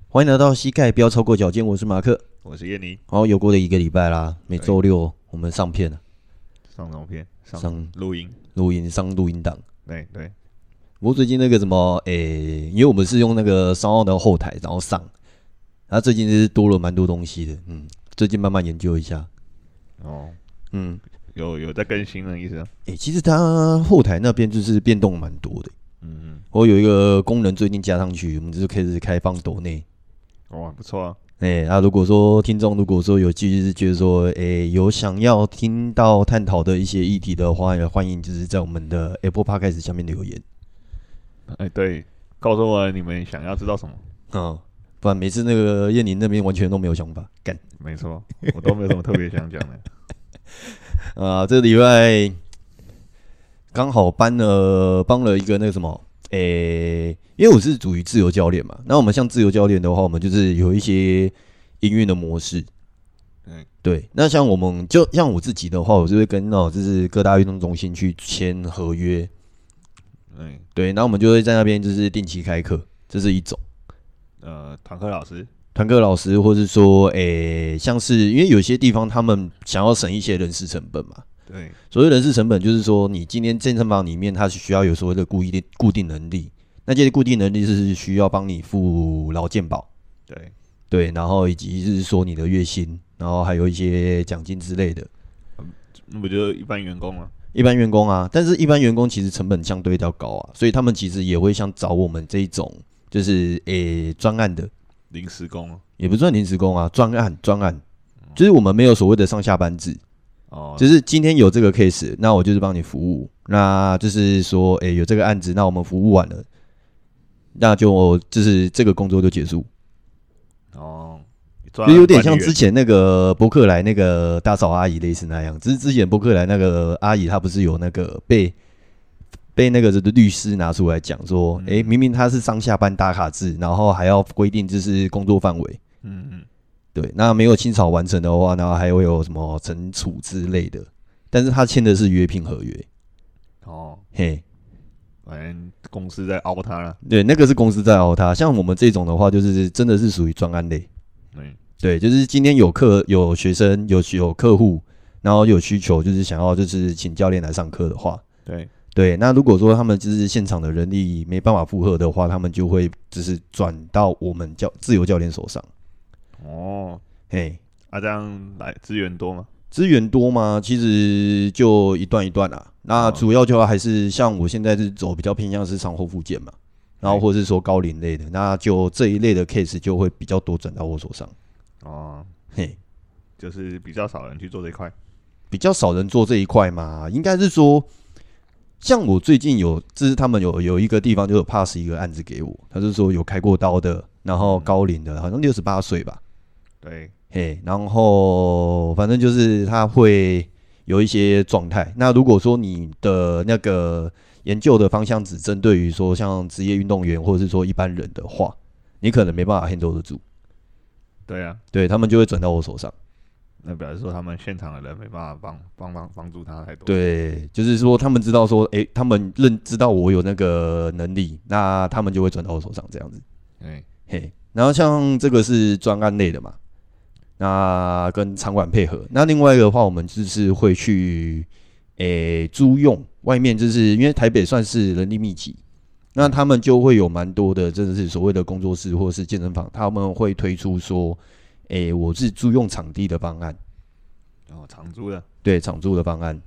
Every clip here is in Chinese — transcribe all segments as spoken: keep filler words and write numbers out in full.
欢迎来到膝盖不要超过脚尖，我是马克。 我是叶妮。 好，又过了一个礼拜啦，每周六我们上片了， 上什么片？ 上录音， 录音上录音档。 对对。 不过最近那个什么，诶、因为我们是用那个商奥的后台，然后上，然后最近是多了蛮多东西的，嗯，最近慢慢研究一下。 哦， 嗯， 有有在更新的意思啊？ 诶、其实它后台那边就是变动蛮多的。 嗯嗯。 我有一个功能最近加上去，我们就是开始开放抖内。 哦，不错啊。 哎、那、啊、如果说听众如果说有继续觉得说，哎、欸，有想要听到探讨的一些议题的话，也欢迎就是在我们的 Apple Podcast 下面留言。 哎、欸，对，告诉我你们想要知道什么。 嗯，不然每次那个燕宁那边完全都没有想法，干。 没错，我都没有什么特别想讲的。 啊，这个礼拜刚好搬了帮了一个那个什么。诶、欸，因为我是属于自由教练嘛，那我们像自由教练的话，我们就是有一些营运的模式。 嗯， 对。那像我们就像我自己的话，我就会跟那种就是各大运动中心去签合约。 嗯， 对。那我们就会在那边就是定期开课，这是一种。 呃，团课老师， 团课老师，或是说，诶、欸，像是因为有些地方他们想要省一些人事成本嘛。 对， 所谓人事成本就是说，你今天健身房里面它是需要有所谓的固定固定能力，那这些固定能力是需要帮你付劳健保， 对对，然后以及是说你的月薪，然后还有一些奖金之类的。 那不就一般员工吗？ 一般员工啊，但是一般员工其实成本相对比较高啊，所以他们其实也会像找我们这一种，就是诶专案的临时工， 也不算临时工啊，专案专案，就是我们没有所谓的上下班制。 哦， 就是今天有这个 case， 那我就是帮你服务。那就是说，哎、欸，有这个案子，那我们服务完了，那就就是这个工作就结束。 哦， 就有点像之前那个伯克莱那个打扫阿姨类似那样。只是之前伯克莱那个阿姨，她不是有那个被被那个律师拿出来讲说，哎、嗯欸，明明他是上下班打卡制，然后还要规定就是工作范围。 嗯嗯。 对，那没有清扫完成的话，然后还会有什么惩处之类的，但是他签的是约聘合约。 哦， 嘿， 反正公司在凹他了。 对，那个是公司在凹他。像我们这种的话，就是真的是属于专案类。 嗯， 对，就是今天有课、有学生、有有客户，然后有需求，就是想要就是请教练来上课的话， 对对。那如果说他们就是现场的人力没办法负荷的话，他们就会就是转到我们教自由教练手上。 哦， 嘿， 啊，这样来资源多吗？ 资源多吗？其实就一段一段啦。那主要就还是像我现在是走比较偏向是产后复健嘛，然后或者是说高龄类的，那就这一类的 case 就会比较多转到我手上。 哦， 嘿， 就是比较少人去做这一块， 比较少人做这一块嘛，应该是说，像我最近有，就是他们有有一个地方就有 pass 一个案子给我，他是说有开过刀的，然后高龄的，好像六十八岁吧。 对， 嘿，然后反正就是他会有一些状态。那如果说你的那个研究的方向只针对于说像职业运动员或者是说一般人的话，你可能没办法 handle 得住。 对啊， 对他们就会转到我手上。 那表示说他们现场的人没办法帮帮帮帮助他太多。 对，就是说他们知道说，哎、欸，他们认知道我有那个能力，那他们就会转到我手上这样子。 对， 嘿，然后像这个是专案类的嘛。那跟场馆配合，那另外一个的话，我们就是会去诶、欸、租用外面，就是因为台北算是人力密集，那他们就会有蛮多的，真的是所谓的工作室或是健身房，他们会推出说，诶、欸、我是租用场地的方案， 哦，长租的， 对，场租的方案。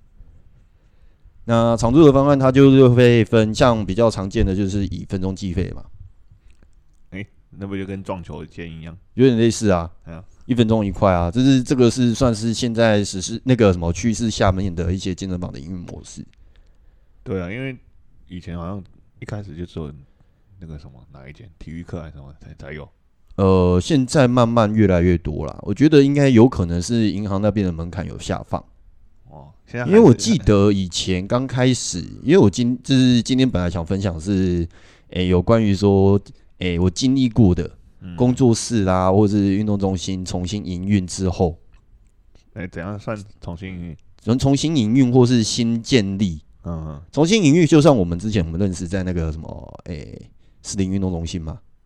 那场租的方案，它就是会分，像比较常见的就是以分钟计费嘛， 哎、欸，那不就跟撞球间一样， 有点类似啊。 对啊。 一分钟一块啊，这是这个是算是现在实施那个什么趋势下面的一些健身房的营运模式。 对啊，因为以前好像一开始就只有那个什么哪一间体育课还是什么才才有。 呃，现在慢慢越来越多啦，我觉得应该有可能是银行那边的门槛有下放。 哦，现在因为我记得以前刚开始，因为我今就是今天本来想分享是，诶、欸、有关于说，诶、欸、我经历过的。工作室啦，或是运动中心重新营运之后， 哎、欸，怎样算重新营运？ 能重新营运或是新建立？嗯嗯，重新营运就像我们之前我们认识在那个什么，诶、欸，士林运动中心嘛。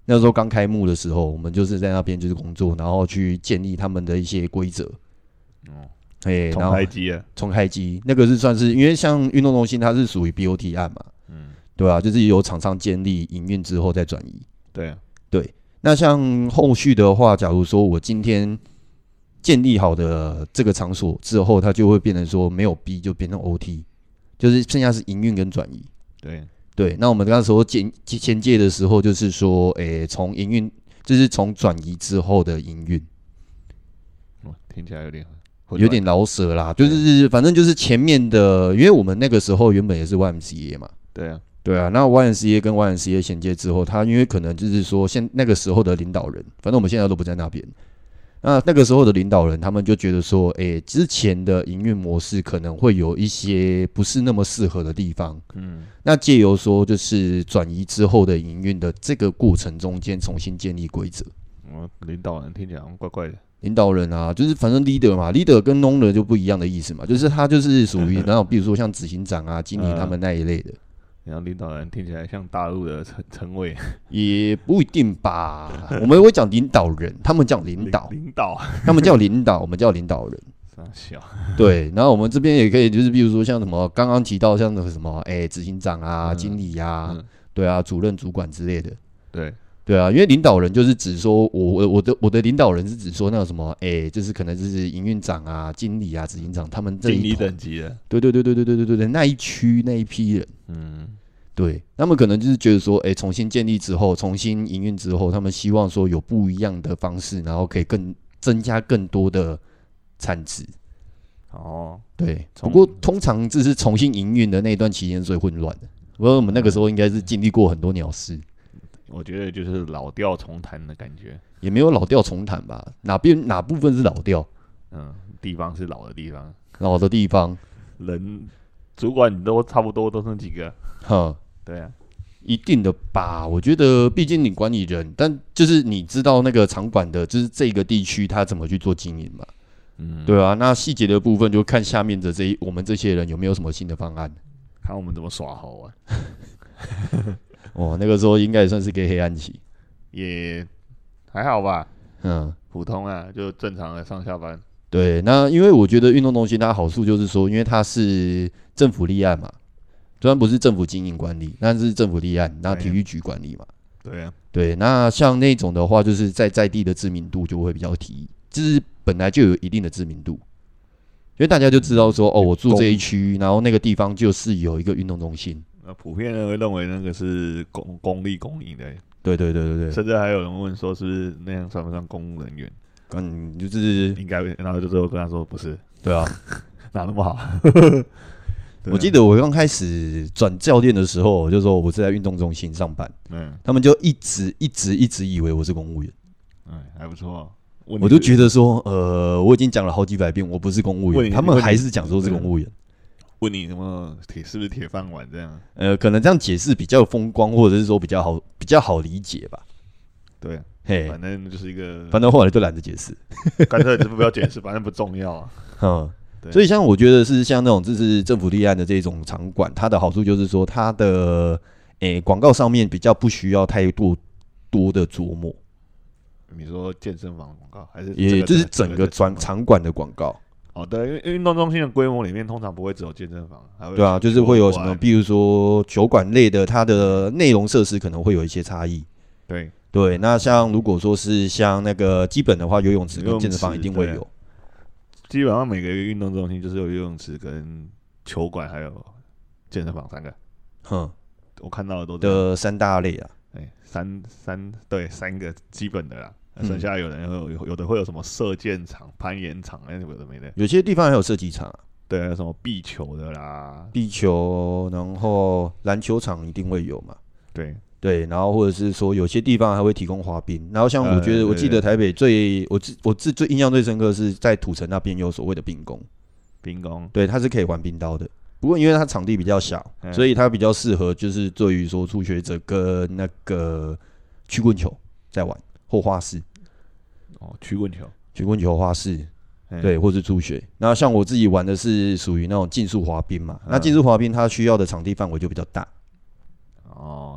那时候刚开幕的时候，我们就是在那边就是工作，然后去建立他们的一些规则。 哦， 哎， 重开机啊， 重开机那个是算是，因为像运动中心它是属于 B O T 案嘛，嗯，对啊，就是由厂商建立营运之后再转移。 对啊， 对。那像后续的话，假如说我今天建立好的这个场所之后，它就会变成说没有 B 就变成 O T， 就是剩下是营运跟转移。 对对，那我们那时候建签借的时候，就是说，诶、欸，从营运就是从转移之后的营运， 哦，听起来有点有点老舍啦，就是反正就是前面的，因为我们那个时候原本也是 Y M C A 嘛， 对啊， 对啊，那 Y M C A 跟 Y M C A 衔接之后，他因为可能就是说现那个时候的领导人，反正我们现在都不在那边。那那个时候的领导人，他们就觉得说，诶、欸，之前的营运模式可能会有一些不是那么适合的地方。嗯，那借由说就是转移之后的营运的这个过程中间，重新建立规则。 嗯，领导人听起来好像怪怪的。 领导人啊，就是反正 leader 嘛 ，leader 跟 owner 就不一样的意思嘛，就是他就是属于那种，比如说像执行长啊、经理他们那一类的。 然后领导人听起来像大陆的称称谓， 也不一定吧。我们会讲领导人，他们讲领导， 领导， 他们叫领导，我们叫领导人。 小对，然后我们这边也可以，就是比如说像什么刚刚提到像那个什么，哎、欸，执行长啊、嗯、经理啊、嗯，对啊，主任、主管之类的。 对， 对啊，因为领导人就是指说我我的我的领导人是指说那个什么，哎、欸，就是可能就是营运长啊、经理啊、执行长他们这一经理等级的。 对对对对对对对对对，那一区那一批人，嗯。对，他们可能就是觉得说，哎、欸，重新建立之后，重新营运之后，他们希望说有不一样的方式，然后可以更增加更多的产值。哦，对。不过通常这是重新营运的那段期间最混乱的。不过我们那个时候应该是经历过很多鸟事。 我觉得就是老调重弹的感觉， 也没有老调重弹吧？哪边哪部分是老调？ 嗯，地方是老的地方， 老的地方， 人主管都差不多都是几个。哼，对啊， 一定的吧？我觉得，毕竟你管理人，但就是你知道那个场馆的，就是这个地区他怎么去做经营嘛？嗯，对啊。那细节的部分就看下面的这一我们这些人有没有什么新的方案， 看我们怎么耍好玩。 哦，那个时候应该也算是个黑暗期， 也还好吧？嗯，普通啊，就正常的上下班。 对，那因为我觉得运动中心它好处就是说，因为它是政府立案嘛。虽然不是政府经营管理，但是政府立案，那体育局管理嘛。 对啊， 对。那像那种的话，就是在在地的知名度就会比较提，就是本来就有一定的知名度，因为大家就知道说，哦，我住这一区，然后那个地方就是有一个运动中心。 那普遍人会认为那个是公公立公营的。 对对对对对。 甚至还有人问说，是不是那样算不算公务人员？ 嗯，就是应该，然后就最后跟他说不是。 对啊， 哪那么好？ 我记得我刚开始转教练的时候，我就说我是在运动中心上班，嗯，他们就一直一直一直以为我是公务员， 嗯，还不错、啊。 我就觉得说，呃，我已经讲了好几百遍我不是公务员，他们还是讲说是公务员。 问你什么铁是不是铁饭碗这样？ 呃，可能这样解释比较风光，或者是说比较好比较好理解吧。 对，嘿，反正就是一个， 反正后来就懒得解释， 干脆就不要解释，反正不重要啊。 嗯。所以像我觉得是像那种就是政府立案的这种场馆，它的好处就是说它的诶广告上面比较不需要太多多的琢磨。 你说健身房广告还是？ 也就是整个专场馆的广告。 哦，对，因为运动中心的规模里面通常不会只有健身房，还会对啊，就是会有什么，比如说球馆类的，它的内容设施可能会有一些差异。 对对，那像如果说是像那个基本的话，游泳池跟健身房一定会有。 基本上每个运动中心就是有游泳池、跟球馆还有健身房三个。哼，我看到的都的三大类啊。 哎、欸，三三对三个基本的啦。嗯、剩下有人会有有的会有什么射箭场、攀岩场，哎、欸，有的没的。 有些地方还有射击场、啊。 对，还有什么壁球的啦， 壁球，然后篮球场一定会有嘛。 对。 对，然后或者是说有些地方还会提供滑冰，然后像我觉得，我记得台北最我自我自最印象最深刻是在土城那边有所谓的冰宫， 冰宫， 对，它是可以玩冰刀的，不过因为它场地比较小，所以它比较适合就是对于说初学者跟那个曲棍球在玩或花式， 哦，曲棍球， 曲棍球花式。对，或是初学。那像我自己玩的是属于那种竞速滑冰嘛，那竞速滑冰它需要的场地范围就比较大。 哦。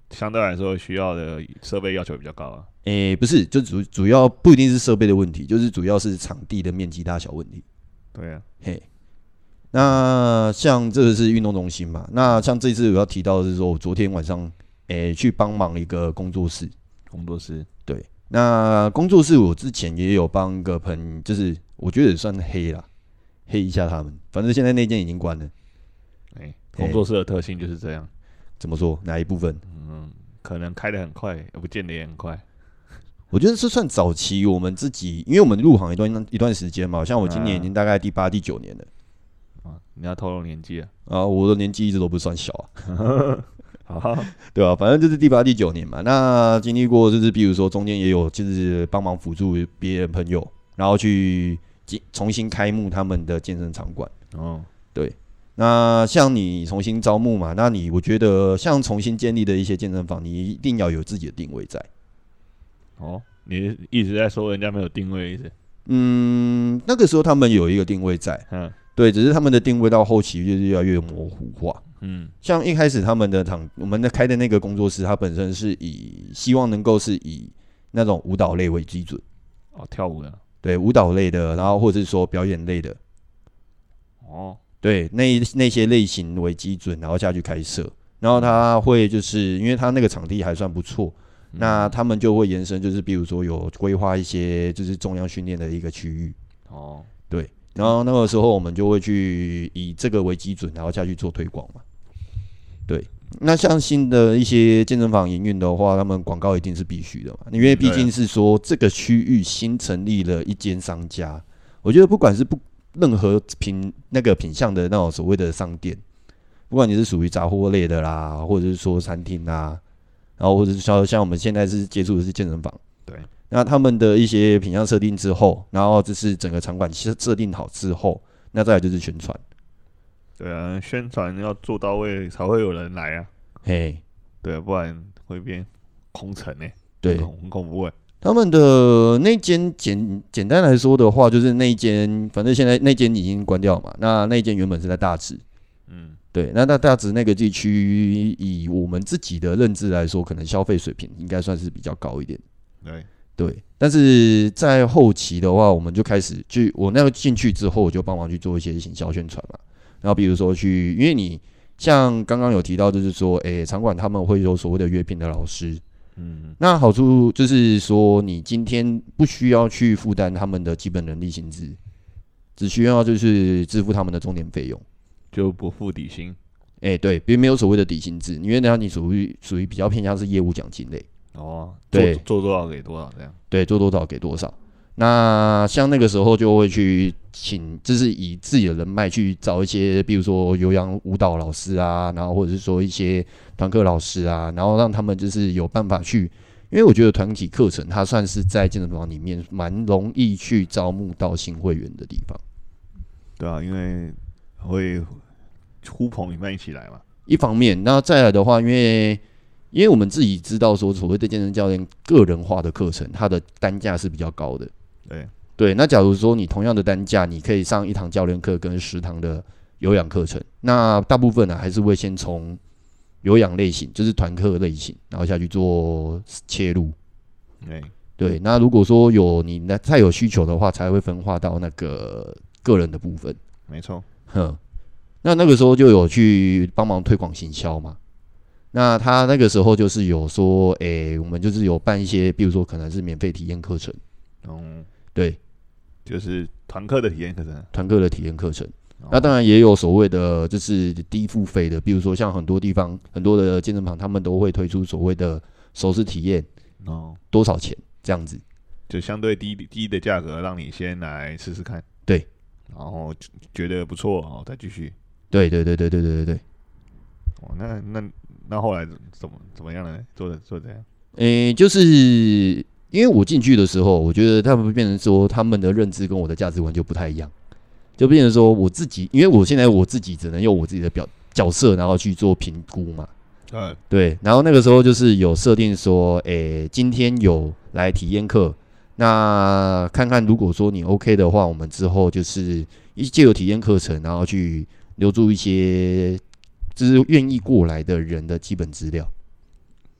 相对来说需要的设备要求比较高啊。 诶、欸，不是，就主主要不一定是设备的问题，就是主要是场地的面积大小问题。 对啊， 嘿，那像这个是运动中心嘛？那像这次我要提到的是说，我昨天晚上诶、欸、去帮忙一个工作室， 工作室对，那工作室我之前也有帮个朋，就是我觉得也算黑啦，黑一下他们。反正现在那间已经关了。 哎、欸，工作室的特性就是这样。 怎么说？哪一部分？ 嗯，可能开得很快，不见得也很快。 我觉得是算早期我们自己，因为我们入行一段一段时间嘛，像我今年已经大概第八、第九年了。 啊，你要透露年纪啊？ 啊，我的年纪一直都不算小啊。好， 对吧、啊？反正就是第八、第九年嘛。那经历过就是，比如说中间也有就是帮忙辅助别人朋友，然后去重新开幕他们的健身场馆。 哦，对。 那像你重新招募嘛，那你我觉得像重新建立的一些健身房，你一定要有自己的定位在。 哦，你一直在说人家没有定位的意思？ 嗯，那个时候他们有一个定位在，嗯，对，只是他们的定位到后期就是越来越模糊化。嗯，像一开始他们的场，我们的开的那个工作室，它本身是以希望能够是以那种舞蹈类为基准。 哦，跳舞的。 对，舞蹈类的，然后或者是说表演类的。哦，对，那那些类型为基准，然后下去开设，然后他会就是因为他那个场地还算不错。那他们就会延伸，就是比如说有规划一些就是重量训练的一个区域。哦，对，然后那个时候我们就会去以这个为基准，然后下去做推广嘛。对，那像新的一些健身房营运的话，他们广告一定是必须的嘛，因为毕竟是说这个区域新成立了一间商家，我觉得不管是不任何品那个品项的那种所谓的商店，不管你是属于杂货类的啦，或者是说餐厅啊。然后或者是像像我们现在是接触的是健身房，对，那他们的一些品项设定之后，然后就是整个场馆设定好之后，那再来就是宣传。 对啊，宣传要做到位才会有人来啊。嘿，对啊，不然会变空城呢、欸。 对， 很恐怖哎、欸。 他们的那间简简单来说的话，就是那间，反正现在那间已经关掉嘛。那那间原本是在大直，嗯。对，那那大直那个地区，以我们自己的认知来说，可能消费水平应该算是比较高一点。对对，但是在后期的话，我们就开始去，我那个进去之后，我就帮忙去做一些行销宣传嘛。然后比如说去，因为你像刚刚有提到，就是说，诶、欸，场馆他们会有所谓的约聘的老师，嗯，那好处就是说，你今天不需要去负担他们的基本人力薪资，只需要就是支付他们的钟点费用。 就不付底薪， 哎、欸，对，并没有所谓的底薪制，因为那你属于属于比较偏向是业务奖金类。 哦，对，做多少给多少这样。 对，做多少给多少。那像那个时候就会去请，就是以自己的人脉去找一些，比如说有氧舞蹈老师啊，然后或者是说一些团课老师啊，然后让他们就是有办法去，因为我觉得团体课程它算是在健身房里面蛮容易去招募到新会员的地方。 对啊，因为会呼朋引伴一起来嘛。 一方面，那再来的话，因为因为我们自己知道说，所谓的健身教练个人化的课程，它的单价是比较高的。对对，那假如说你同样的单价，你可以上一堂教练课跟十堂的有氧课程，那大部分呢、啊、还是会先从有氧类型，就是团课类型，然后下去做切入。对对，那如果说有你再有需求的话，才会分化到那个个人的部分。 没错， 哼。那那个时候就有去帮忙推广行销嘛。那他那个时候就是有说，诶、欸，我们就是有办一些，比如说可能是免费体验课程。嗯，对， 就是团课的体验课程。 团课的体验课程。哦、那当然也有所谓的，就是低付费的，比如说像很多地方很多的健身房，他们都会推出所谓的手势体验。哦，多少钱这样子？ 就相对低低的价格，让你先来试试看。 对， 然后觉得不错哦，再继续。 对对对对对对对对。 哦，那那那后来怎么怎么样呢？做的做这样？ 诶、欸，就是因为我进去的时候，我觉得他们变成说他们的认知跟我的价值观就不太一样，就变成说我自己，因为我现在我自己只能用我自己的表角色，然后去做评估嘛。对对，然后那个时候就是有设定说，诶、欸，今天有来体验课，那看看如果说你 OK 的话，我们之后就是一借由体验课程，然后去留住一些就是愿意过来的人的基本资料。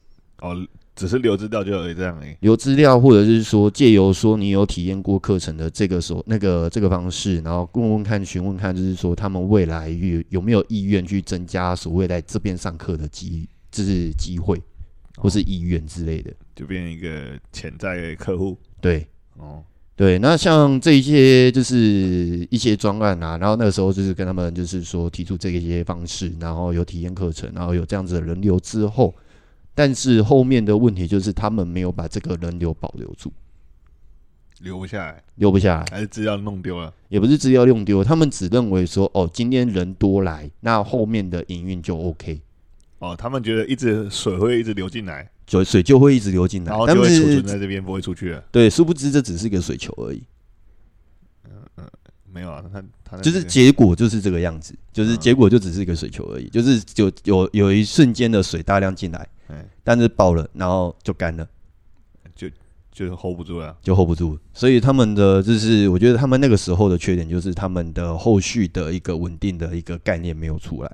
哦，只是留资料就有这样而已。 留资料，或者是说借由说你有体验过课程的这个所那个这个方式，然后问问看、询问看，就是说他们未来有有没有意愿去增加所谓在这边上课的机，就是机会或是意愿之类的， 就变成一个潜在客户。 对， 哦。 对，那像这一些就是一些专案啊，然后那个时候就是跟他们就是说提出这一些方式，然后有体验课程，然后有这样子的人流之后，但是后面的问题就是他们没有把这个人流保留住， 留不下来， 留不下来， 还是资料弄丢了？ 也不是资料用丢，他们只认为说哦，今天人多来，那后面的营运就 OK。 哦，他们觉得一直水会一直流进来。 水水就会一直流进来， 然后就会储存在这边，不会出去了。 对，殊不知这只是一个水球而已。 嗯嗯，没有啊，他他就是结果就是这个样子，就是结果就只是一个水球而已，就是有有有一瞬间的水大量进来，但是爆了，然后就干了， 就就 hold 不住了， 就 hold 不住。所以他们的就是，我觉得他们那个时候的缺点就是他们的后续的一个稳定的一个概念没有出来。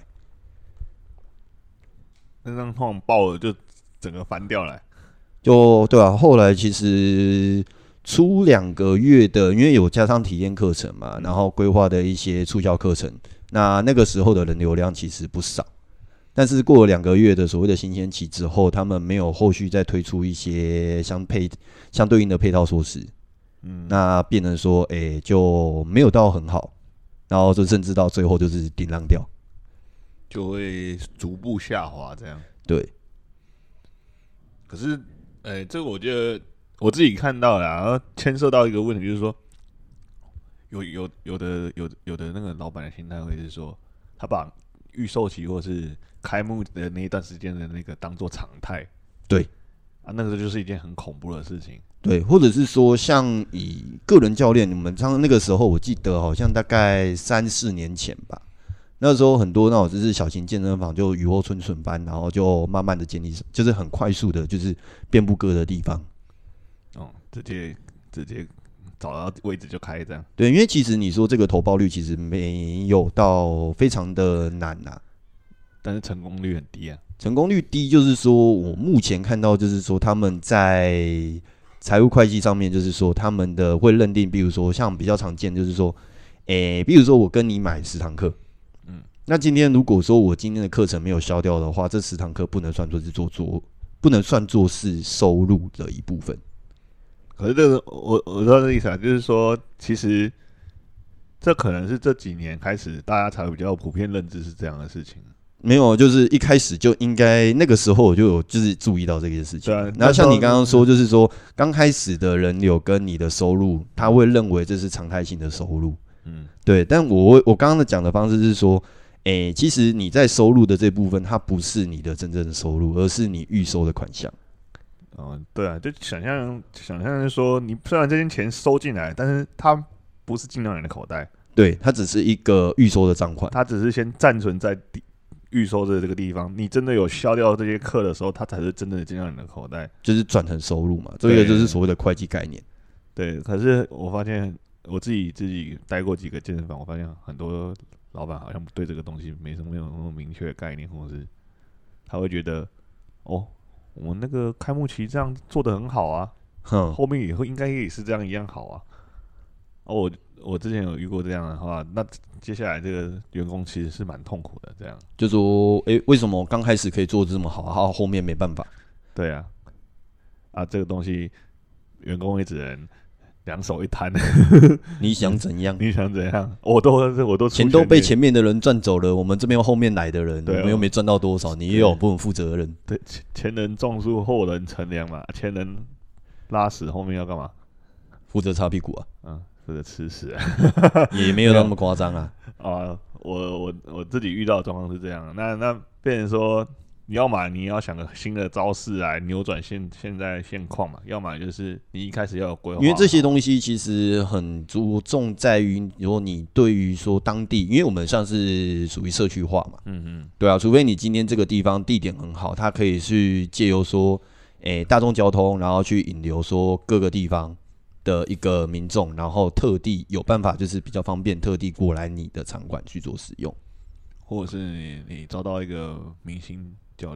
那张通常爆了就整个翻掉了， 就对啊。后来其实出两个月的，因为有加上体验课程嘛，然后规划的一些促销课程，那那个时候的人流量其实不少。但是过了两个月的所谓的新鲜期之后，他们没有后续再推出一些相配相对应的配套措施，嗯，那变成说，哎、欸，就没有到很好，然后就甚至到最后就是顶浪掉。 就会逐步下滑，这样。 对。 可是，哎、欸，这个我觉得我自己看到了，然后牵涉到一个问题，就是说，有有有的有有的那个老板的心态会是说，他把预售期或是开幕的那一段时间的那个当做常态。 对。 啊，那个就是一件很恐怖的事情。 对，或者是说，像以个人教练，你们像那个时候，我记得好像大概三四年前吧。那时候很多那种就是小型健身房就雨后春笋般，然后就慢慢的建立，就是很快速的，就是遍布各的地方。 哦，直接直接找到位置就开这样。 对，因为其实你说这个投报率其实没有到非常的难呐、啊， 但是成功率很低啊。 成功率低，就是说我目前看到就是说他们在财务会计上面，就是说他们的会认定，比如说像比较常见就是说，诶、欸，比如说我跟你买十堂课。那今天如果说我今天的课程没有消掉的话，这十堂课不能算作是做做，不能算作是收入的一部分。 可是这个我我知道这个意思啊，就是说，其实这可能是这几年开始大家才会比较普遍认知是这样的事情。 没有，就是一开始就应该那个时候我就有就是注意到这件事情。 对啊， 然后像你刚刚说，就是说刚开始的人流跟你的收入，他会认为这是常态性的收入。嗯，对。但我我刚刚的讲的方式是说。欸，其实你在收入的这部分，它不是你的真正的收入，而是你预收的款项。 哦，对啊，就想象想象是说，你虽然这些钱收进来，但是它不是进到你的口袋， 对，它只是一个预收的账款， 它只是先暂存在预收的这个地方。你真的有消掉这些课的时候，它才是真的进到你的口袋， 就是转成收入嘛。这个就是所谓的会计概念。 对，可是我发现我自己自己待过几个健身房，我发现很多。老板好像对这个东西没什么没有那么明确的概念，或者是他会觉得，哦，我们那个开幕期这样做得很好啊，后面也会应该也是这样一样好啊。哦，我我之前有遇过这样的话，那接下来这个员工其实是蛮痛苦的，这样就说，哎、欸，为什么刚开始可以做得这么好，然后后面没办法？ 对啊，啊，这个东西员工也只能。两手一摊， 你想怎样？ 你想怎样？我都我都钱都被前面的人赚走了，我们这边后面来的人， 对、哦， 我们又没赚到多少，你也有部分负责任。 对，前人种树，后人乘凉嘛。前人拉屎，后面要干嘛？ 负责擦屁股啊， 嗯，负责吃屎、啊， 也没有那么夸张啊。 啊，我我我自己遇到的状况是这样，那那变成说。你要么你要想个新的招式来扭转现现在现况嘛，要么就是你一开始要有规划。 因为这些东西其实很着重在于，如果你对于说当地，因为我们像是属于社区化嘛，嗯嗯，对啊，除非你今天这个地方地点很好，它可以去借由说，诶、欸、大众交通，然后去引流说各个地方的一个民众，然后特地有办法就是比较方便，特地过来你的场馆去做使用， 或者是你你招到一个明星。教练，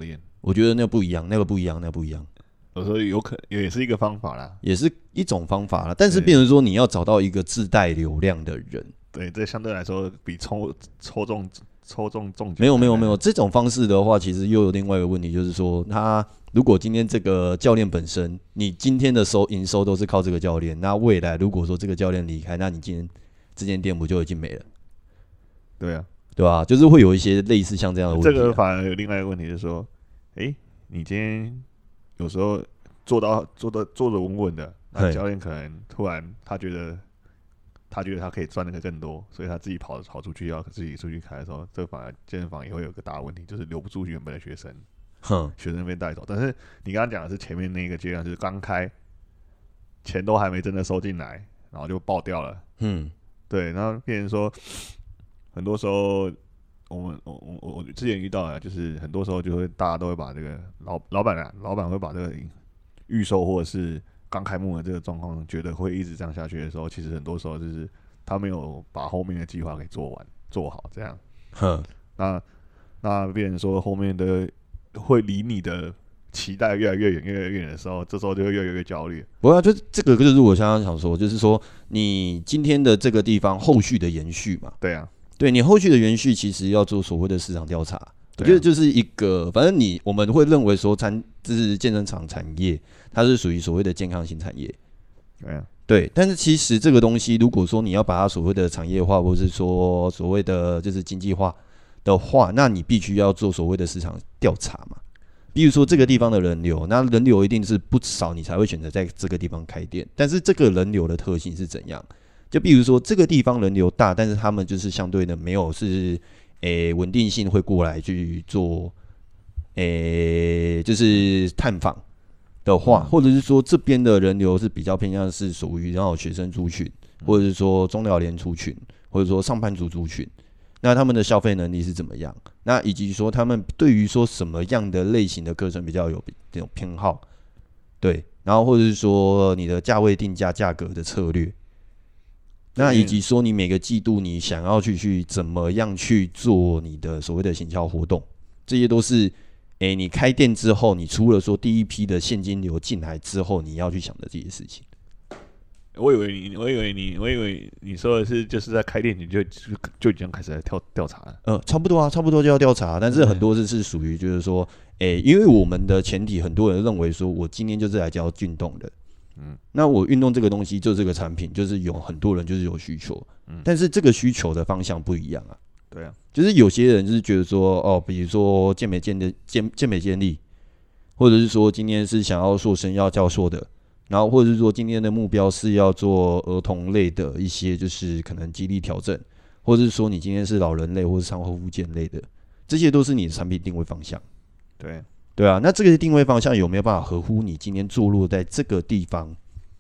我觉得那个不一样，那个不一样，那个不一样。 有时候有可也是一个方法啦， 也是一种方法啦。但是变成说你要找到一个自带流量的人， 对，这相对来说比抽抽中抽中中奖没有没有没有这种方式的话，其实又有另外一个问题，就是说他如果今天这个教练本身，你今天的收营收都是靠这个教练，那未来如果说这个教练离开，那你今天这间店不就已经没了？ 对啊， 对吧、啊？就是会有一些类似像这样的问题、啊。 这个反而有另外一个问题，就是说，哎、欸，你今天有时候做到做的做的稳稳的，那教练可能突然他觉得他觉得他可以赚的更多，所以他自己跑跑出去要自己出去开的时候，这个反而健身房也会有个大问题，就是留不住原本的学生， 哼， 学生被带走。但是你刚刚讲的是前面那个阶段，就是刚开，钱都还没真的收进来，然后就爆掉了。嗯，对，然后变成说，很多时候。我们我我我之前遇到的，就是很多时候就会大家都会把这个老老板啊，老板会把这个预售或者是刚开幕的这个状况，觉得会一直这样下去的时候，其实很多时候就是他没有把后面的计划给做完做好，这样。哼，那那变成说后面的会离你的期待越来越远越来越远的时候，这时候就会越来越焦虑。 不过、啊、就这个就是我刚刚想说，就是说你今天的这个地方后续的延续嘛。 对啊。 对你后续的延续，其实要做所谓的市场调查。我觉得就是一个，反正你我们会认为说餐，就是健身场产业，它是属于所谓的健康型产业。 对啊， 对，但是其实这个东西，如果说你要把它所谓的产业化，或是说所谓的就是经济化的话，那你必须要做所谓的市场调查嘛。比如说这个地方的人流，那人流一定是不少，你才会选择在这个地方开店。但是这个人流的特性是怎样？就比如说这个地方人流大，但是他们就是相对的没有是诶稳定性会过来去做诶就是探访的话，或者是说这边的人流是比较偏向是属于然后学生族群，或者是说中老年族群，或者说上班族族群，那他们的消费能力是怎么样？那以及说他们对于说什么样的类型的课程比较有这种偏好，对，然后或者是说你的价位定价价格的策略。那以及说你每个季度你想要去去怎么样去做你的所谓的行销活动，这些都是诶、欸、你开店之后，你除了说第一批的现金流进来之后，你要去想的这些事情。 我以为你，我以为你，我以为你说的是就是在开店你就就就已经开始在调调查了。 呃，差不多啊，差不多就要调查，但是很多是是属于就是说，诶、欸，因为我们的前提，很多人认为说我今天就是来教运动的。嗯，那我运动这个东西，就这个产品，就是有很多人就是有需求，嗯，但是这个需求的方向不一样啊。 对啊， 就是有些人就是觉得说，哦，比如说健美健的健健美健力，或者是说今天是想要塑身要教硕的，然后或者是说今天的目标是要做儿童类的一些，就是可能肌力调整，或者是说你今天是老人类或是产后复健类的，这些都是你的产品定位方向。 对。 对啊，那这个定位方向有没有办法合乎你今天坐落在这个地方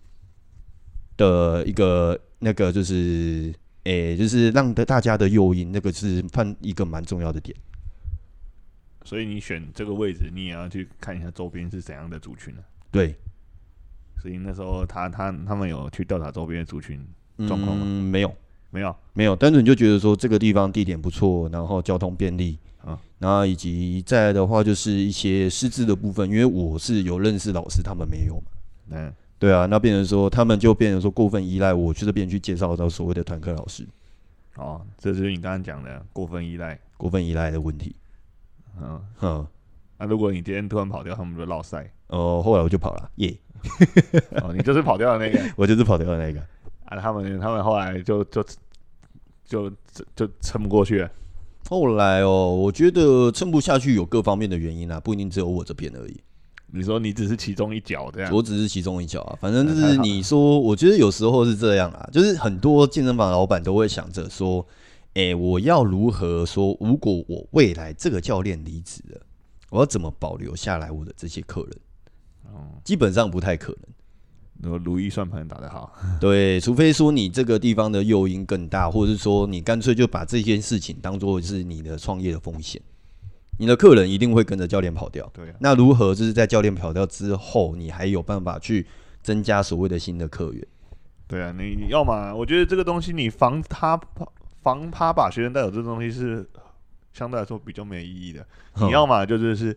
的一个那个就是诶、欸，就是让大家的诱因，那个是判一个蛮重要的点。 所以你选这个位置，你也要去看一下周边是怎样的族群呢、啊？ 对， 所以那时候他他他们有去调查周边的族群状况吗？ 嗯，没有， 没有， 没有，单纯就觉得说这个地方地点不错，然后交通便利。啊，然后以及再来的话，就是一些师资的部分，因为我是有认识老师，他们没有嘛。嗯，对啊，那变成说他们就变成说过分依赖我，去这边去介绍到所谓的团课老师。 哦，这就是你刚刚讲的过分依赖， 过分依赖的问题。 嗯嗯，那、啊、如果你今天突然跑掉，他们就落赛。 哦，后来我就跑了，耶、 yeah 哦，你就是跑掉的那个， 我就是跑掉的那个。 啊，他们他们后来就就就就撑不过去了。 后来哦，我觉得撑不下去有各方面的原因啊，不一定只有我这边而已。 你说你只是其中一角这样， 我只是其中一角啊，反正就是你说，我觉得有时候是这样啊，就是很多健身房老板都会想着说，哎、欸，我要如何说，如果我未来这个教练离职了，我要怎么保留下来我的这些客人？嗯，基本上不太可能。 如意算盘打得好， 对，除非说你这个地方的诱因更大，或者是说你干脆就把这件事情当作是你的创业的风险，你的客人一定会跟着教练跑掉。对、啊，那如何就是在教练跑掉之后，你还有办法去增加所谓的新的客源？ 对啊，你要嘛，我觉得这个东西你防他防他把学生带走这东西是相对来说比较没意义的。你要嘛就是是。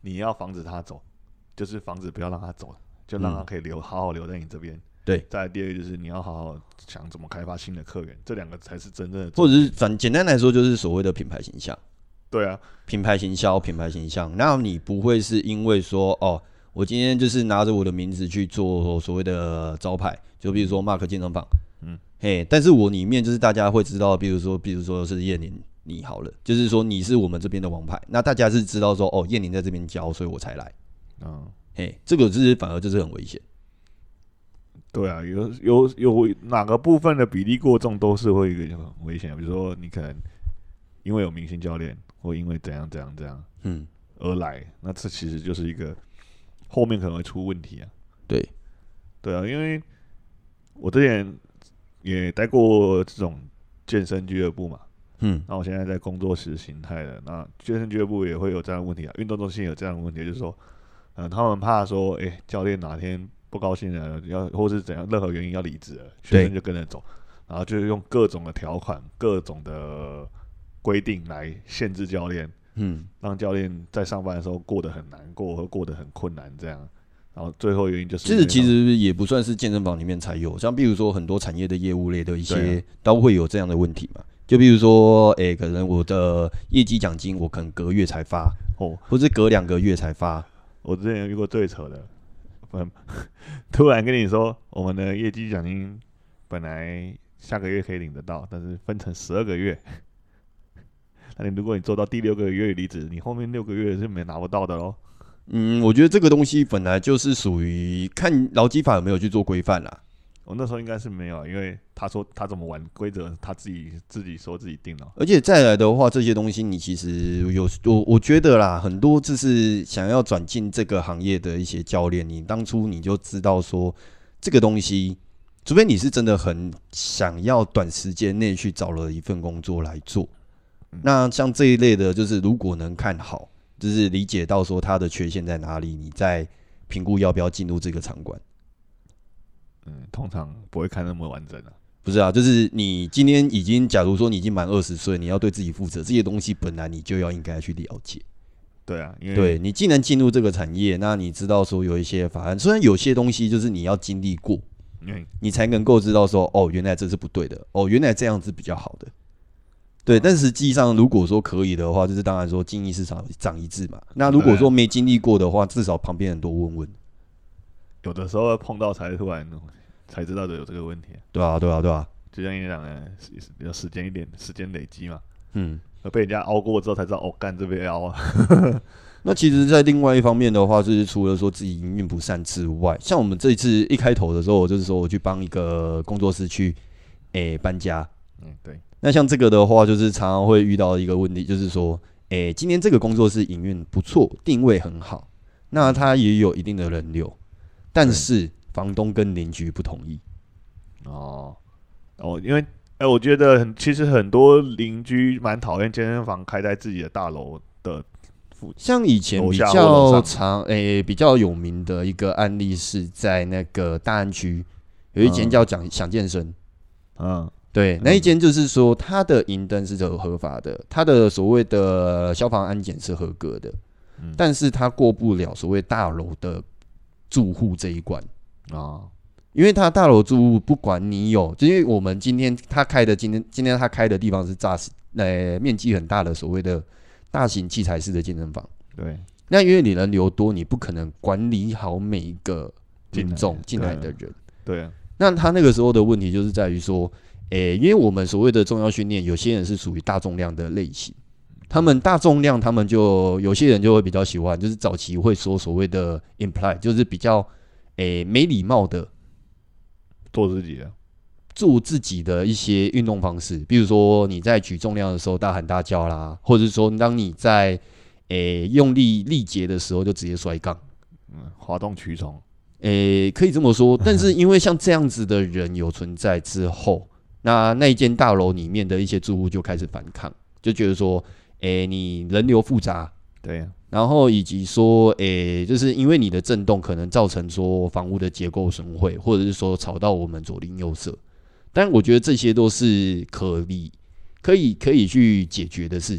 你要防止他走，就是防止不要让他走，就让他可以留、嗯、好好留在你这边。 对， 再来第二个就是你要好好想怎么开发新的客源，这两个才是真正的， 或者是反简单来说就是所谓的品牌形象。 对啊， 品牌行销、品牌形象，那你不会是因为说哦，我今天就是拿着我的名字去做所谓的招牌，就比如说 Mark 健身房，嗯，嘿，但是我里面就是大家会知道，比如说，比如说是叶宁你好了，就是说你是我们这边的王牌，那大家是知道说哦，叶宁在这边教，所以我才来，嗯，嘿，这个就是反而就是很危险。 对啊，有有有哪个部分的比例过重，都是会一个很危险。比如说，你可能因为有明星教练，或因为怎样怎样怎样，嗯，而来，那这其实就是一个后面可能会出问题啊。 对， 对啊，因为我之前也待过这种健身俱乐部嘛，嗯，那我现在在工作室形态的，那健身俱乐部也会有这样的问题啊，运动中心有这样的问题，就是说，嗯，他们怕说，哎、欸，教练哪天不高兴了，要或是怎样，任何原因要离职了，学生就跟着走，然后就用各种的条款、各种的规定来限制教练，嗯，让教练在上班的时候过得很难过，或过得很困难，这样。然后最后原因就是， 这其实也不算是健身房里面才有，像比如说很多产业的业务类的一些都会有这样的问题嘛。就比如说，哎、欸，可能我的业绩奖金我可能隔月才发，哦，或是隔两个月才发。 我之前有遇过最扯的。突然跟你说，我们的业绩奖金本来下个月可以领得到，但是分成十二个月。那你如果你做到第六个月离职，你后面六个月是没拿不到的咯。 嗯，我觉得这个东西本来就是属于看劳基法有没有去做规范啦。 我那时候应该是没有，因为他说他怎么玩规则，他自己自己说自己定了。 而且再来的话，这些东西你其实有我我觉得啦，很多就是想要转进这个行业的一些教练，你当初你就知道说这个东西，除非你是真的很想要短时间内去找了一份工作来做，嗯、那像这一类的，就是如果能看好，就是理解到说它的缺陷在哪里，你再评估要不要进入这个场馆。 嗯，通常不会看那么完整啊。 不是啊，就是你今天已经，假如说你已经满二十岁，你要对自己负责，这些东西本来你就要应该去了解。 对啊，因为对你既然进入这个产业，那你知道说有一些法案，虽然有些东西就是你要经历过，嗯，你才能够知道说，哦，原来这是不对的，哦，原来这样子比较好的。对，但实际上如果说可以的话，就是当然说经济市场长一致嘛。那如果说没经历过的话，至少旁边很多问问。 有的时候碰到才突然才知道有这个问题、啊。 对啊，对啊，对啊。 就像你讲的，有时间一点，时间累积嘛。嗯。被人家熬过之后才知道，哦，干这边熬啊。 那其实，在另外一方面的话，就是除了说自己营运不善之外，像我们这一次一开头的时候，我就是说我去帮一个工作室去，诶、欸、搬家。 嗯，对。 那像这个的话，就是常常会遇到一个问题，就是说，诶、欸，今天这个工作室营运不错，定位很好，那它也有一定的人流。但是房东跟邻居不同意。 哦，哦，因为哎、欸，我觉得很，其实很多邻居蛮讨厌健身房开在自己的大楼的附近。 像以前比较常诶、欸、比较有名的一个案例是在那个大安区有一间叫讲想健身，嗯，对，那一间就是说它的营灯是合法的，它的所谓的消防安检是合格的，嗯、但是它过不了所谓大楼的住户这一关啊，因为他大楼住户不管你有，就因为我们今天他开的今天今天他开的地方是大呃面积很大的所谓的大型器材式的健身房， 对， 那因为你人流多，你不可能管理好每一个民众进来的人， 对啊， 那他那个时候的问题就是在于说，诶、欸，因为我们所谓的重要训练，有些人是属于大重量的类型。他们大重量，他们就有些人就会比较喜欢，就是早期会说所谓的 imply， 就是比较诶、欸、没礼貌的做自己的， 做自己的一些运动方式，比如说你在举重量的时候大喊大叫啦，或者说当你在诶、欸、用力力竭的时候就直接摔杠， 嗯，滑动蛆虫， 诶、欸、可以这么说。但是因为像这样子的人有存在之后，那那一间大楼里面的一些住户就开始反抗，就觉得说。诶、欸，你人流复杂， 对、啊， 然后以及说，诶、欸，就是因为你的震动可能造成说房屋的结构损毁，或者是说吵到我们左邻右舍，但我觉得这些都是可以、可以、可以去解决的事情。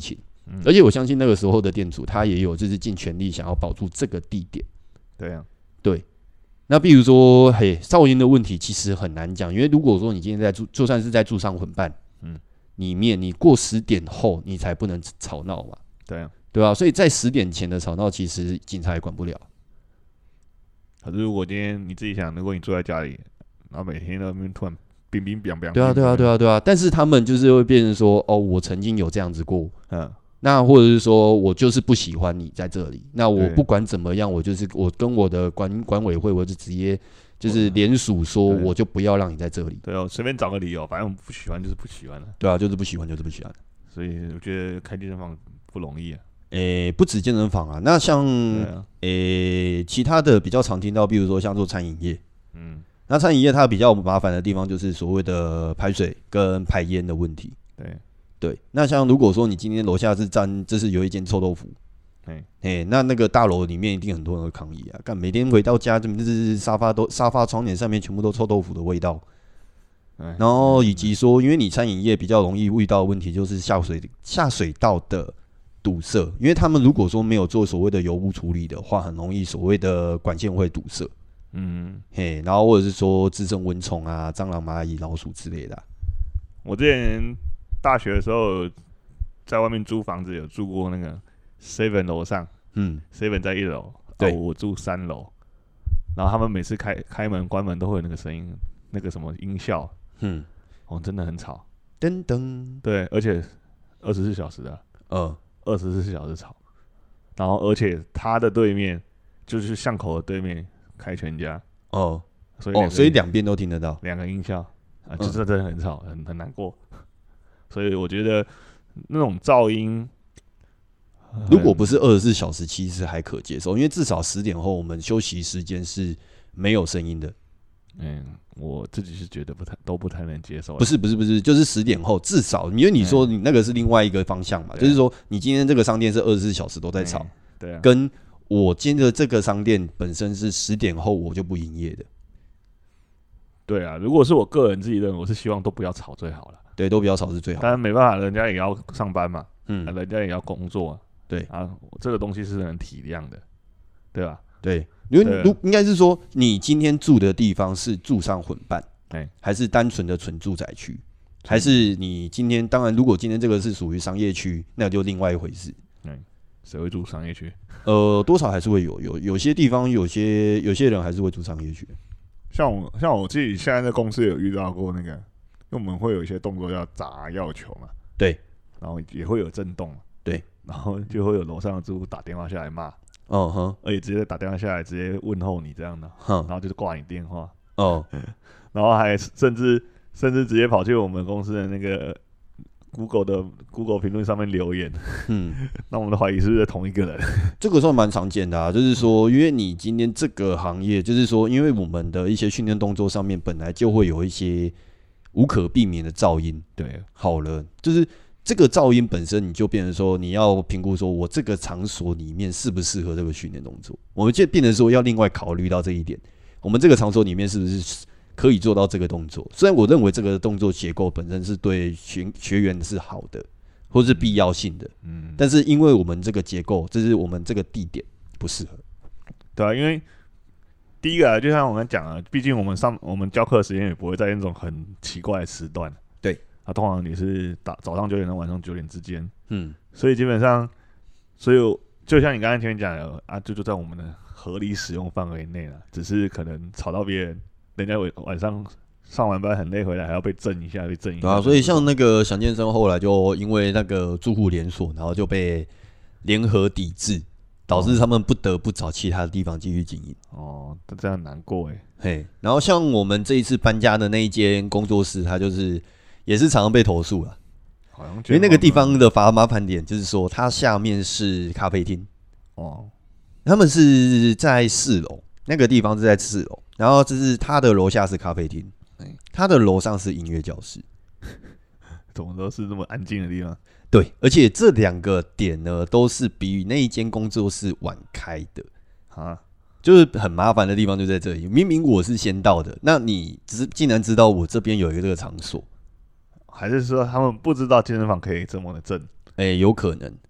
嗯， 而且我相信那个时候的店主他也有就是尽全力想要保住这个地点。 对啊， 对。那比如说，嘿，噪音的问题其实很难讲，因为如果说你今天在住，就算是在住商混办，嗯，里面你过十点后你才不能吵闹嘛， 对啊， 对吧、啊？所以在十点前的吵闹，其实警察也管不了。 可是如果今天你自己想，如果你住在家里，然后每天在那边突然冰冰冰冰， 对啊，对啊，对啊，对啊。但是他们就是会变成说，哦，我曾经有这样子过， 嗯。 那或者是说我就是不喜欢你在这里，那我不管怎么样，我就是我跟我的管管委会，我就直接就是联署说，我就不要让你在这里。 对哦，随便找个理由，反正我不喜欢就是不喜欢了。 对啊，就是不喜欢就是不喜欢。 所以我觉得开健身房不容易啊。 诶、欸，不止健身房啊，那像诶、 啊欸、其他的比较常听到，比如说像做餐饮业， 嗯， 那餐饮业它比较麻烦的地方就是所谓的排水跟排烟的问题。 对。 对，那像如果说你今天楼下是站，就是有一间臭豆腐，哎、欸，那那个大楼里面一定很多人会抗议啊！干每天回到家，就是沙发都沙发窗帘上面全部都臭豆腐的味道，然后以及说，因为你餐饮业比较容易遇到的问题就是下水下水道的堵塞，因为他们如果说没有做所谓的油污处理的话，很容易所谓的管线会堵塞，嗯，嘿，然后或者是说滋生蚊虫啊、蟑螂、蚂蚁、老鼠之类的、啊。 我之前大学的时候，在外面租房子，有住过那个 Seven 楼上，嗯 ，Seven 在一楼，对、哦，我住三楼，然后他们每次开开门关门都会有那个声音，那个什么音效，嗯，哦，真的很吵， 噔噔， 对，而且二十四小时的，嗯，二十四小时吵，然后而且他的对面就是巷口的对面开全家， 哦，所以哦，所以两边都听得到， 两个音效啊，就真的很吵，很很难过。所以我觉得那种噪音， 如果不是二十四小时，其实还可接受，因为至少十点后我们休息时间是没有声音的。 嗯，我自己是觉得不太都不太能接受。 不是不是不是，就是十点后至少，因为你说你那个是另外一个方向嘛，嗯、就是说你今天这个商店是二十四小时都在吵， 嗯、对啊， 跟我今天的这个商店本身是十点后我就不营业的。 对啊，如果是我个人自己认为，我是希望都不要吵最好了。 对，都比较吵是最好。 当然没办法，人家也要上班嘛，嗯，人家也要工作、啊， 对啊，这个东西是能体谅的，对吧？ 对，因为如应该是说，你今天住的地方是住商混办，欸、还是单纯的纯住宅区，还是你今天当然，如果今天这个是属于商业区，那就另外一回事。 嗯，谁会住商业区？ 呃，多少还是会有，有有些地方有些有些人还是会住商业区。 像我像我自己现在在公司有遇到过那个。因为我们会有一些动作叫砸药球嘛， 对， 然后也会有震动， 对， 然后就会有楼上的住户打电话下来骂， 哦哼， 而且直接打电话下来直接问候你这样的，然后就是挂你电话， 哦， 然后还甚至甚至直接跑去我们公司的那个 Google 的 Google 评论上面留言，嗯，那我们的怀疑是不是同一个人？ 这个算蛮常见的啊，就是说，因为你今天这个行业，就是说，因为我们的一些训练动作上面本来就会有一些。无可避免的噪音， 对， 好了，就是这个噪音本身，你就变成说你要评估说，我这个场所里面适不适合这个训练动作，我们就变成说要另外考虑到这一点，我们这个场所里面是不是可以做到这个动作？虽然我认为这个动作结构本身是对学学员是好的，或是必要性的，嗯，但是因为我们这个结构，这是我们这个地点不适合， 对啊，因为。第一个、啊，就像我们讲了，毕竟我们上我们教课的时间也不会在那种很奇怪的时段， 对， 啊，通常也是打早上九点到晚上九点之间，嗯，所以基本上，所以就像你刚才前面讲的啊，就就在我们的合理使用范围内了，只是可能吵到别人，人家晚上上完班很累回来还要被震一下，被震一下， 对啊，所以像那个想健身后来就因为那个住户连锁，然后就被联合抵制。导致他们不得不找其他的地方继续经营。 哦，这样难过哎。 嘿，然后像我们这一次搬家的那一间工作室，它就是也是常常被投诉了。好像因为那个地方的麻麻烦点就是说，它下面是咖啡厅。哦，他们是在四楼，那个地方是在四楼，然后就是它的楼下是咖啡厅，它的楼上是音乐教室。 怎么都是那么安静的地方？ 对，而且这两个点呢，都是比那一间工作室晚开的啊，就是很麻烦的地方就在这里。明明我是先到的，那你只竟然知道我这边有一个这个场所， 还是说他们不知道健身房可以这么的正？ 哎、欸，有可能，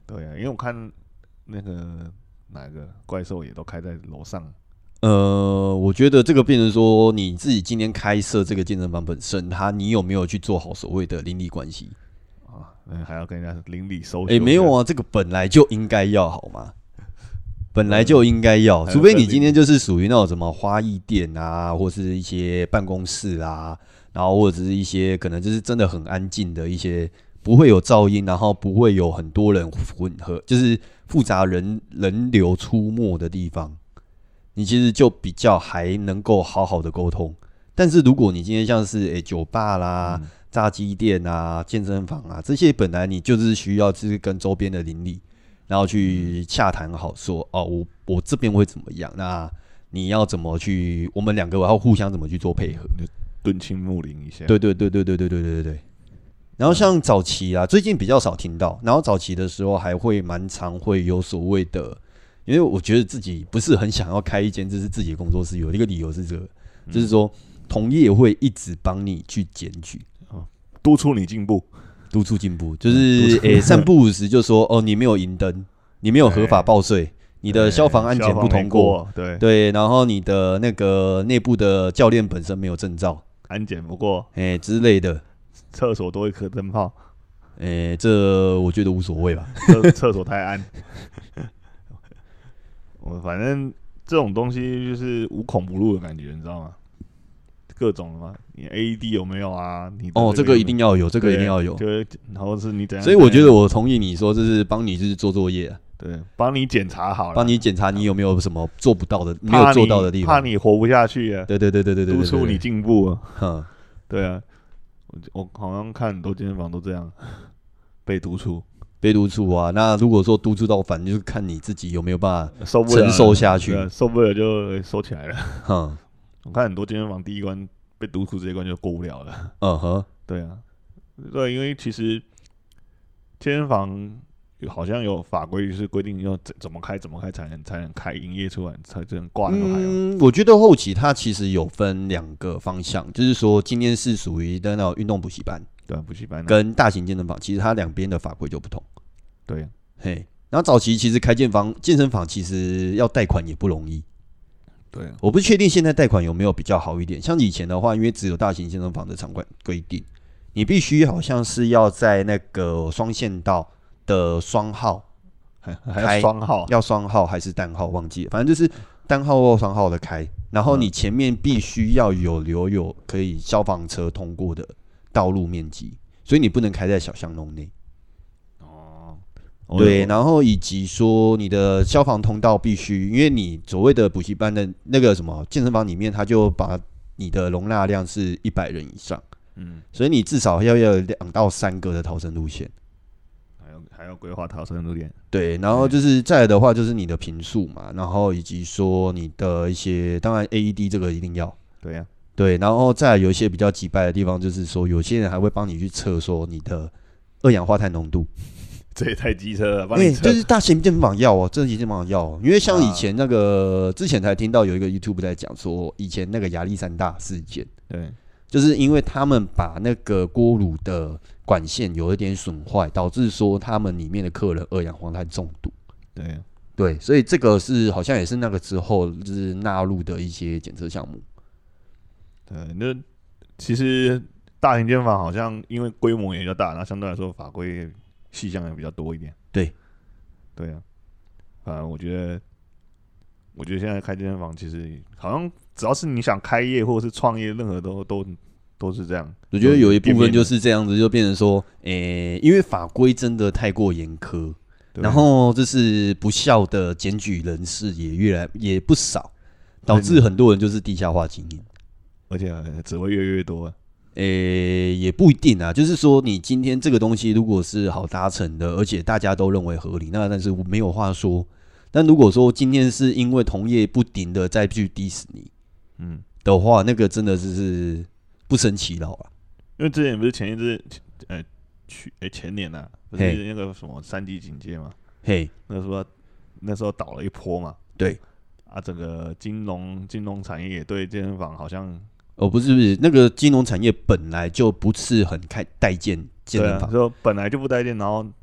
对啊，因为我看那个哪个怪兽也都开在楼上。 呃，我觉得这个变成说你自己今天开设这个健身房本身，它你有没有去做好所谓的邻里关系啊？还要跟人家邻里收？ 哎，没有啊，这个本来就应该要好吗？本来就应该要，除非你今天就是属于那种什么花艺店啊，或是一些办公室啊，然后或者是一些可能就是真的很安静的一些，不会有噪音，然后不会有很多人混合，就是复杂人人流出没的地方，你其实就比较还能够好好的沟通。但是如果你今天像是诶酒吧啦、嗯、炸鸡店啊、健身房啊这些，本来你就是需要就是跟周边的邻里。然后去洽谈好说，哦，我我这边会怎么样？那你要怎么去？我们两个要互相怎么去做配合？ 敦亲睦邻一下。 对对对对对对对对对对。然后像早期啊，最近比较少听到。然后早期的时候还会蛮常会有所谓的，因为我觉得自己不是很想要开一间就是自己的工作室，有一个理由是这个，嗯、就是说同业会一直帮你去检举， 哦、督促你进步。 督促进步，就是诶，三不五时就说哦，你没有银灯，你没有合法报税，你的消防安检不通过， 对对，然后你的那个内部的教练本身没有证照， 安检不过， 诶之类的， 厕所多一颗灯泡， 诶，这我觉得无所谓吧， 厕所太暗，我反正这种东西就是无孔不入的感觉，你知道吗？各种嘛，你 A E D 有没有啊？你哦，这个一定要有，这个一定要有。 就是，然后是你怎样？ 所以我觉得我同意你说，就是帮你就是做作业、啊， 对，帮你检查好了， 帮你检查你有没有什么做不到的、没有做到的地方， 怕你活不下去啊。 对对对对对对， 督促你进步啊。 嗯， 对啊，我我好像看很多健身房都这样，被督促， 被督促啊。那如果说督促到反，就是看你自己有没有办法受不了承受下去， 受不了就收起来了。 嗯， 我看很多健身房第一关。被督促这一关就过不了了。 嗯哼， 对啊，对，因为其实健身房好像有法规是规定要怎么开怎么开才能才能开营业出来，才能挂那个牌。 嗯，我觉得后期它其实有分两个方向，就是说今天是属于的那种运动补习班， 对、啊，补习班、啊、 跟大型健身房，其实它两边的法规就不同。 对、啊， 嘿，然后早期其实开健房健身房其实要贷款也不容易。 对、啊， 我不确定现在贷款有没有比较好一点。像以前的话，因为只有大型健身房的场馆规定，你必须好像是要在那个双线道的双号， 还还要双号， 要双号还是单号忘记了，反正就是单号或双号的开。然后你前面必须要有留有可以消防车通过的道路面积，所以你不能开在小巷弄内。对，然后以及说你的消防通道必须，因为你所谓的补习班的那个什么健身房里面，它就把你的容纳量是一百人以上，嗯，所以你至少要有两到三个的逃生路线， 还要还要规划逃生路线。 对，然后就是再来的话，就是你的坪数嘛，然后以及说你的一些，当然 A E D 这个一定要， 对呀、啊， 对，然后再来有一些比较击败的地方，就是说有些人还会帮你去测说你的二氧化碳浓度。 这也太机车了，帮你测、 欸、就是大型健身房要哦，这健身房要、哦，因为像以前那个、啊、之前才听到有一个 YouTube 在讲说，以前那个亚历山大事件， 对， 就是因为他们把那个锅炉的管线有一点损坏，导致说他们里面的客人二氧化碳中毒。 对对，所以这个是好像也是那个之后就是纳入的一些检测项目。 对，那其实大型健身房好像因为规模也比较大，那相对来说法规细项也比较多一点。 对， 对啊，反正我觉得，我觉得现在开健身房其实好像只要是你想开业或者是创业，任何都都都是这样。 我觉得有一部分就是这样子，就变成说，诶、欸，因为法规真的太过严苛，然后就是不孝的检举人士也越来也不少，导致很多人就是地下化经营， 而且只会越来越多。 诶、欸，也不一定啊。就是说，你今天这个东西如果是好达成的，而且大家都认为合理，那但是没有话说。但如果说今天是因为同业不停的再去 diss 你，嗯的话，那个真的是不胜其扰啊。 因为之前不是前一阵，呃，去诶、欸、前年啊，不是那个什么三级警戒嘛？嘿，那时候那时候倒了一波嘛。 对啊，整个金融金融产业也对健身房好像。 哦，不是不是，那个金融产业本来就不是很开待见健身房， 对啊，说本来就不待见，然后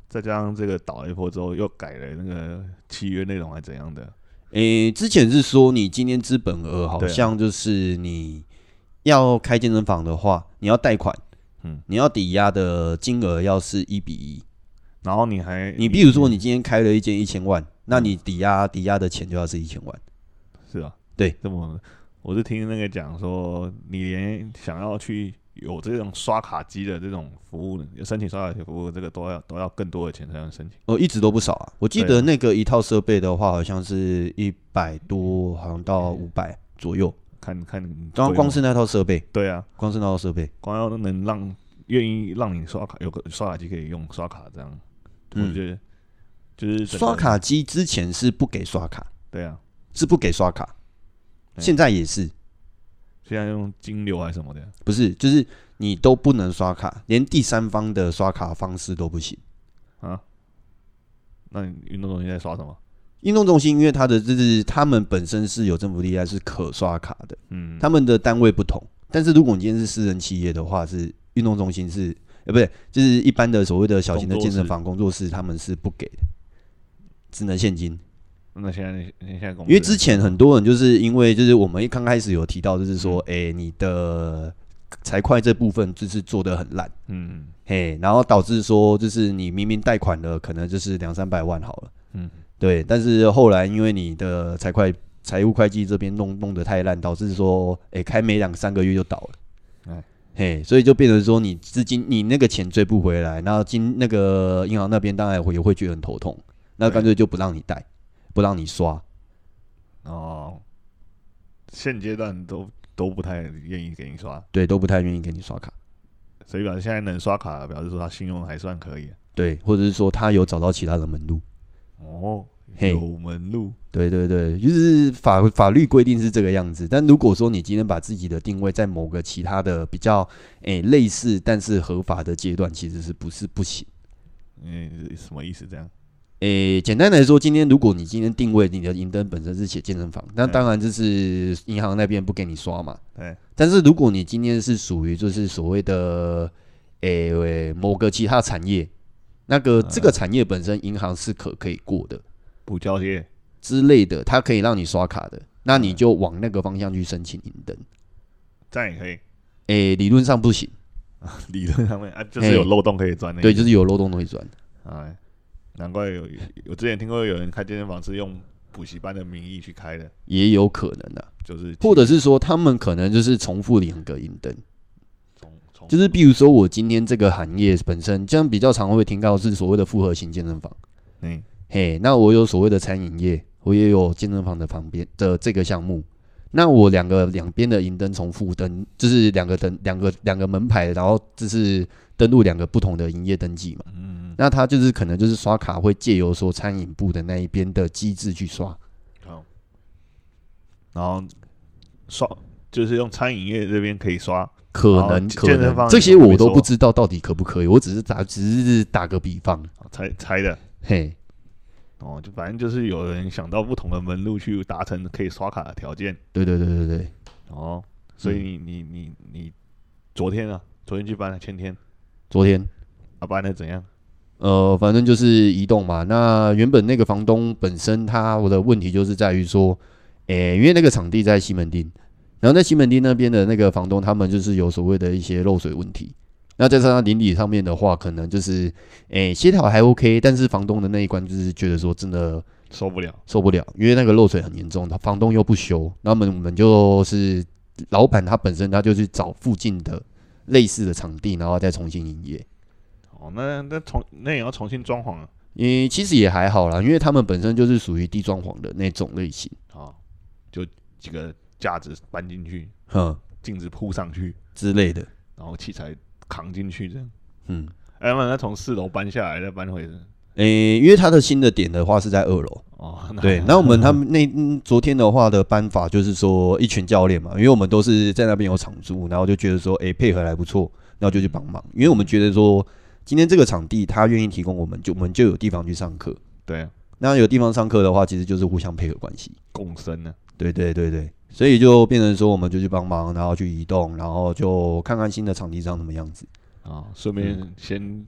再加上这个倒了一波之后，又改了那个契约内容还怎样的？ 诶、欸，之前是说你今天资本额好像就是你要开健身房的话，你要贷款，嗯，你要抵押的金额要是一比一， 然后你还你比如说你今天开了一间一千万，那你抵押抵押的钱就要是一千万， 是啊， 对， 这么我是听那个讲说，你连想要去有这种刷卡机的这种服务，申请刷卡机服务，这个都要都要更多的钱才能申请。 哦，一直都不少啊。我记得那个一套设备的话，好像是一百多，好像到五百左右。 看看， 刚光是那套设备， 对啊， 光是那套设备， 光要能让愿意让你刷卡，有个刷卡机可以用刷卡这样，嗯、我觉得就是刷卡机之前是不给刷卡， 对啊， 是不给刷卡，现在也是。 现在用金流还是什么的？ 不是，就是你都不能刷卡，连第三方的刷卡方式都不行啊。那你运动中心在刷什么？ 运动中心因为它的就是他们本身是有政府立案是可刷卡的，嗯，他们的单位不同。但是如果你今天是私人企业的话，是运动中心是，呃，不对，就是一般的所谓的小型的健身房工作室，他们是不给的，只能现金。 那现在你现在公司， 因为之前很多人就是因为就是我们一刚开始有提到，就是说，哎、欸，你的财会这部分就是做得很烂，嗯，嘿，然后导致说就是你明明贷款了，可能就是两三百万好了，嗯，对，但是后来因为你的财会财务会计这边弄弄得太烂，导致说，哎、欸，开没两三个月就倒了，哎，嘿，所以就变成说你资金你那个钱追不回来，然后金那个银行那边当然也会觉得很头痛，那干脆就不让你贷。不让你刷哦，现阶段都都不太愿意给你刷， 对，都不太愿意给你刷卡， 所以表示现在能刷卡，表示说他信用还算可以， 对，或者是说他有找到其他的门路， 哦，有门路， 对对对，就是法法律规定是这个样子，但如果说你今天把自己的定位在某个其他的比较诶、欸、类似但是合法的阶段，其实是不是不行？ 嗯，什么意思？这样？ 诶、欸，简单来说，今天如果你今天定位你的银灯本身是写健身房，那当然就是银行那边不给你刷嘛。对。但是如果你今天是属于就是所谓的诶、欸、某个其他产业，那个这个产业本身银行是可可以过的， 补交业之类的，它可以让你刷卡的，那你就往那个方向去申请银灯。 这样也可以。 诶、欸，理论上不行。 理论上面啊，就是有漏洞可以钻的。 对，就是有漏洞可以钻。 哎。难怪有，我之前听过有人开健身房是用补习班的名义去开的， 也有可能啊， 就是或者是说他们可能就是重复两个银灯，就是比如说我今天这个行业本身，这样比较常会听到是所谓的复合型健身房，嗯，嘿，那我有所谓的餐饮业，我也有健身房的旁边的这个项目，那我两个两边的银灯重复登，就是两个灯两个两个门牌，然后就是登录两个不同的营业登记嘛，嗯。那他就是可能就是刷卡会借由说餐饮部的那一边的机制去刷，好， 然后刷就是用餐饮业这边可以刷， 可能可能这些我都不知道到底可不可以，我只是打只是打个比方， 猜猜的，嘿，哦，就反正就是有人想到不同的门路去达成可以刷卡的条件， 对对对对对， 哦，所以你、嗯、你你你昨天啊，昨天去搬了，前天， 昨天啊搬的怎样？ 呃，反正就是移动嘛。那原本那个房东本身他的问题就是在于说，诶、欸，因为那个场地在西门町，然后在西门町那边的那个房东他们就是有所谓的一些漏水问题。那在上邻里上面的话，可能就是诶协调还 OK， 但是房东的那一关就是觉得说真的受不了， 受不了，因为那个漏水很严重，他房东又不修，那么我们就是老板他本身他就去找附近的类似的场地，然后再重新营业。 哦，那那重那也要重新装潢啊？ 嗯，其实也还好啦，因为他们本身就是属于低装潢的那种类型啊， 就几个架子搬进去，嗯，镜子铺上去之类的， 然后器材扛进去这样，嗯，哎，那再从四楼搬下来再搬回。 诶、欸，因为它的新的点的话是在二楼哦，对，那我们他们那、嗯、昨天的话的搬法就是说一群教练嘛，因为我们都是在那边有场租，然后就觉得说，诶、欸，配合还不错，然后就去帮忙，因为我们觉得说。今天这个场地，他愿意提供我们，就我们就有地方去上课。 对啊， 那有地方上课的话，其实就是互相配合关系， 共生呢。 对对对对，所以就变成说，我们就去帮忙，然后去移动，然后就看看新的场地长什么样子啊。顺便先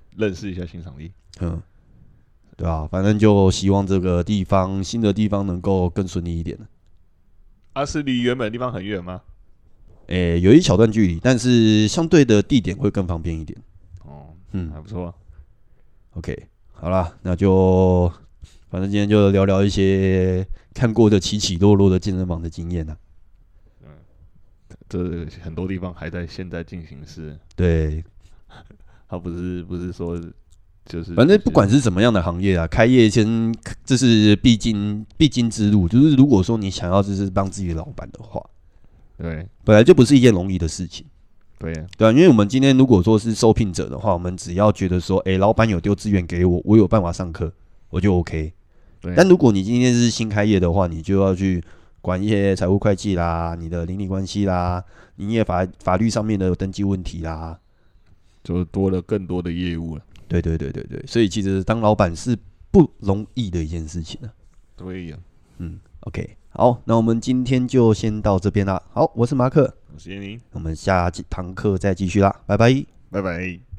认识一下新场地。 嗯，对啊，反正就希望这个地方新的地方能够更顺利一点。 啊，是离原本的地方很远吗？ 诶、欸，有一小段距离，但是相对的地点会更方便一点。 哦， 嗯， 还不错、啊。 OK， 好啦，那就反正今天就聊聊一些看过的起起落落的健身房的经验啊。 嗯，这很多地方还在现在进行式。 对， 他不是不是说就是， 反正不管是什么样的行业啊，开业先这是必经必经之路。就是如果说你想要就是当自己的老板的话， 对， 本来就不是一件容易的事情。 对啊， 对啊，因为我们今天如果说是受聘者的话，我们只要觉得说，哎、欸，老板有丢资源给我，我有办法上课，我就 OK。 对， 但如果你今天是新开业的话，你就要去管一些财务会计啦、你的邻里关系啦、营业法法律上面的登记问题啦， 就多了更多的业务了。 对对对对对，所以其实当老板是不容易的一件事情啊。 对呀、啊， 嗯 ，OK， 好，那我们今天就先到这边啦。好，我是马克， 我是燕宁， 我们下堂课再继续啦，拜拜， 拜拜。